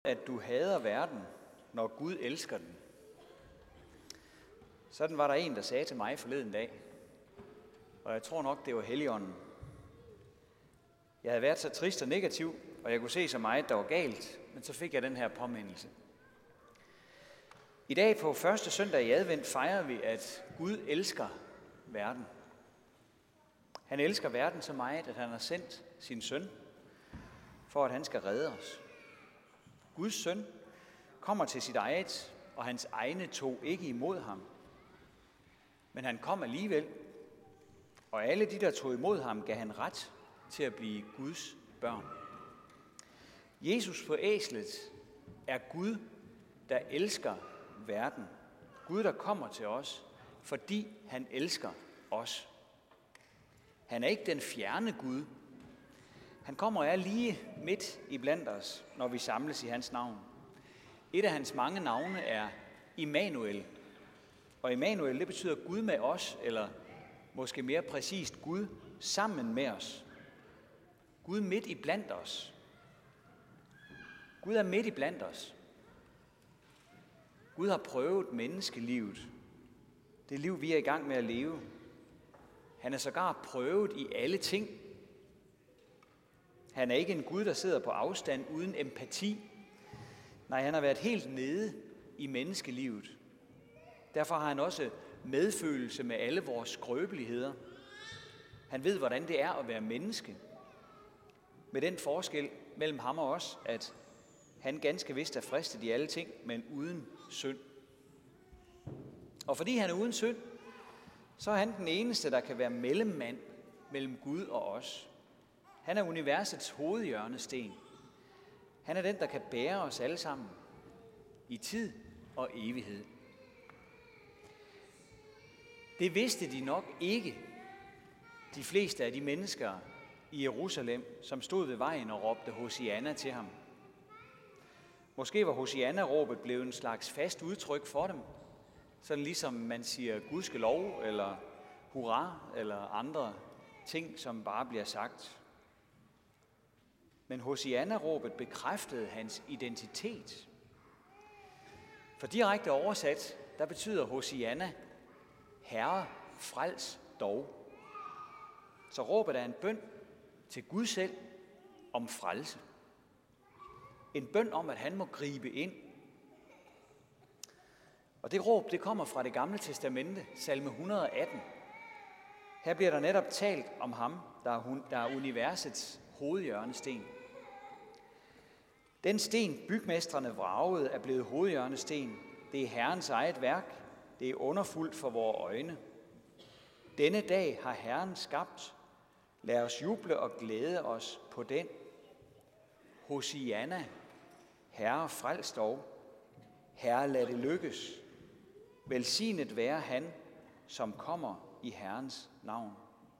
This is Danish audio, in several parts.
At du hader verden, når Gud elsker den. Sådan var der en, der sagde til mig forleden dag, og jeg tror nok, det var Helligånden. Jeg havde været så trist og negativ, og jeg kunne se så meget, der var galt, men så fik jeg den her påmindelse. I dag på første søndag i advent fejrer vi, at Gud elsker verden. Han elsker verden så meget, at han har sendt sin søn, for at han skal redde os. Guds søn kommer til sit eget, og hans egne tog ikke imod ham. Men han kom alligevel, og alle de, der tog imod ham, gav han ret til at blive Guds børn. Jesus på æslet er Gud, der elsker verden. Gud, der kommer til os, fordi han elsker os. Han er ikke den fjerne Gud. Han kommer og er lige midt i blandt os, når vi samles i hans navn. Et af hans mange navne er Immanuel. Og Immanuel, det betyder Gud med os, eller måske mere præcist Gud sammen med os. Gud midt i blandt os. Gud er midt i blandt os. Gud har prøvet menneskelivet. Det liv, vi er i gang med at leve. Han er sågar prøvet i alle ting. Han er ikke en Gud, der sidder på afstand uden empati. Nej, han har været helt nede i menneskelivet. Derfor har han også medfølelse med alle vores skrøbeligheder. Han ved, hvordan det er at være menneske. Med den forskel mellem ham og os, at han ganske vist er fristet i alle ting, men uden synd. Og fordi han er uden synd, så er han den eneste, der kan være mellemmand mellem Gud og os. Han er universets hovedhjørnesten. Han er den, der kan bære os alle sammen i tid og evighed. Det vidste de nok ikke, de fleste af de mennesker i Jerusalem, som stod ved vejen og råbte Hosianna til ham. Måske var Hosianna-råbet blevet en slags fast udtryk for dem, sådan ligesom man siger gudskelov eller hurra eller andre ting, som bare bliver sagt. Men Hosianna-råbet bekræftede hans identitet. For direkte oversat, der betyder Hosianna, Herre, frels dog. Så råbet er en bøn til Gud selv om frelse. En bøn om, at han må gribe ind. Og det råb, det kommer fra Det Gamle Testamente, salme 118. Her bliver der netop talt om ham, der er universets hovedhjørnesten. Den sten, bygmestrene vragede, er blevet hovedhjørnesten. Det er Herrens eget værk. Det er underfuldt for vores øjne. Denne dag har Herren skabt. Lad os juble og glæde os på den. Hosianna, Herre frels dog. Herre lad det lykkes. Velsignet være han, som kommer i Herrens navn.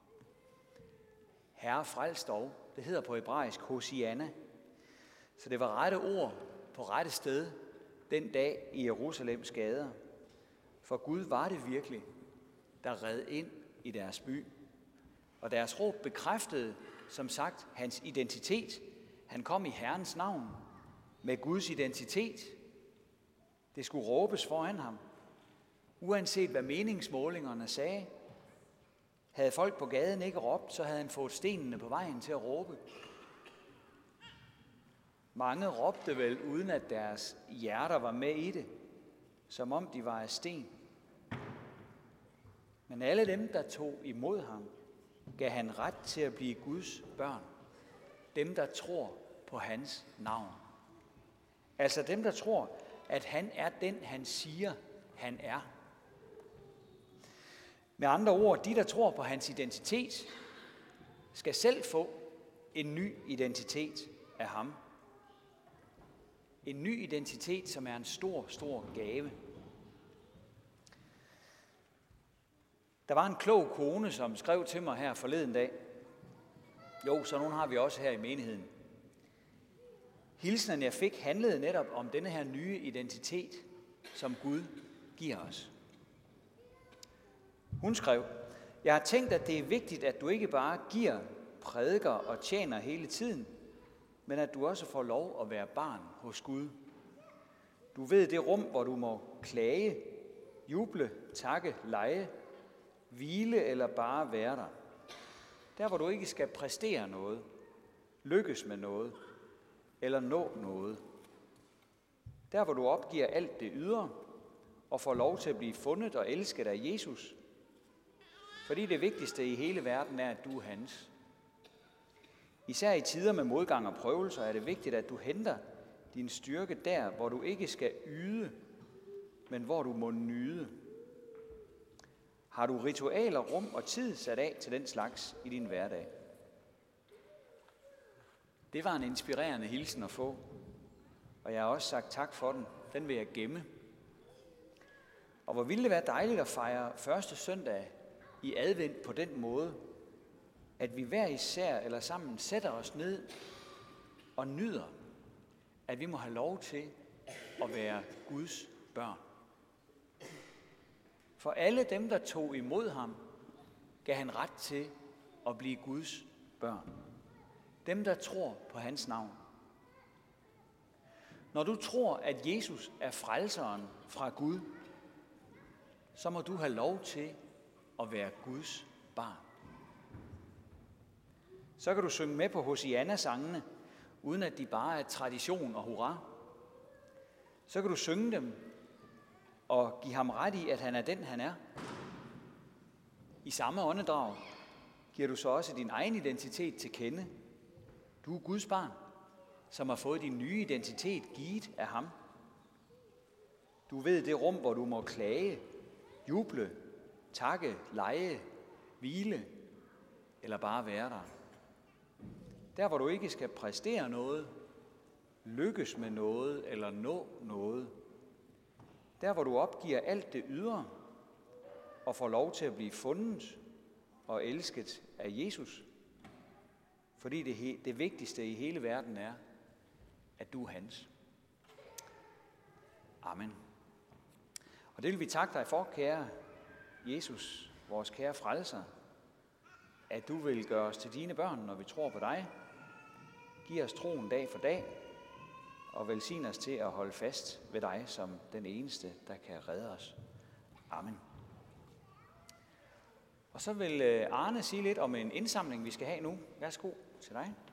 Herre frels dog, det hedder på hebraisk Hosianna. Så det var rette ord på rette sted den dag i Jerusalems gader. For Gud var det virkelig, der red ind i deres by. Og deres råb bekræftede, som sagt, hans identitet. Han kom i Herrens navn med Guds identitet. Det skulle råbes foran ham. Uanset hvad meningsmålingerne sagde, havde folk på gaden ikke råbt, så havde han fået stenene på vejen til at råbe. Mange råbte vel, uden at deres hjerter var med i det, som om de var af sten. Men alle dem, der tog imod ham, gav han ret til at blive Guds børn. Dem, der tror på hans navn. Altså dem, der tror, at han er den, han siger, han er. Med andre ord, de, der tror på hans identitet, skal selv få en ny identitet af ham. En ny identitet, som er en stor, stor gave. Der var en klog kone, som skrev til mig her forleden dag. Jo, så nogen har vi også her i menigheden. Hilsenen, jeg fik, handlede netop om denne her nye identitet, som Gud giver os. Hun skrev, jeg har tænkt, at det er vigtigt, at du ikke bare giver, prædiker og tjener hele tiden, men at du også får lov at være barn hos Gud. Du ved det rum, hvor du må klage, juble, takke, lege, hvile eller bare være der. Der, hvor du ikke skal præstere noget, lykkes med noget eller nå noget. Der, hvor du opgiver alt det ydre og får lov til at blive fundet og elsket af Jesus. Fordi det vigtigste i hele verden er, at du er hans. Især i tider med modgang og prøvelser er det vigtigt, at du henter din styrke der, hvor du ikke skal yde, men hvor du må nyde. Har du ritualer, rum og tid sat af til den slags i din hverdag? Det var en inspirerende hilsen at få, og jeg har også sagt tak for den. Den vil jeg gemme. Og hvor ville det være dejligt at fejre første søndag i advent på den måde, at vi hver især eller sammen sætter os ned og nyder, at vi må have lov til at være Guds børn. For alle dem, der tog imod ham, gav han ret til at blive Guds børn. Dem, der tror på hans navn. Når du tror, at Jesus er frelseren fra Gud, så må du have lov til at være Guds barn. Så kan du synge med på Hosianna-sangene, uden at de bare er tradition og hurra. Så kan du synge dem og give ham ret i, at han er den, han er. I samme åndedrag giver du så også din egen identitet til kende. Du er Guds barn, som har fået din nye identitet givet af ham. Du ved det rum, hvor du må klage, juble, takke, lege, hvile eller bare være der. Der, hvor du ikke skal præstere noget, lykkes med noget eller nå noget. Der, hvor du opgiver alt det ydre og får lov til at blive fundet og elsket af Jesus. Fordi det vigtigste i hele verden er, at du er hans. Amen. Og det vil vi takke dig for, kære Jesus, vores kære frelser, at du vil gøre os til dine børn, når vi tror på dig. Giv os troen dag for dag, og velsign os til at holde fast ved dig som den eneste, der kan redde os. Amen. Og så vil Arne sige lidt om en indsamling, vi skal have nu. Værsgo til dig.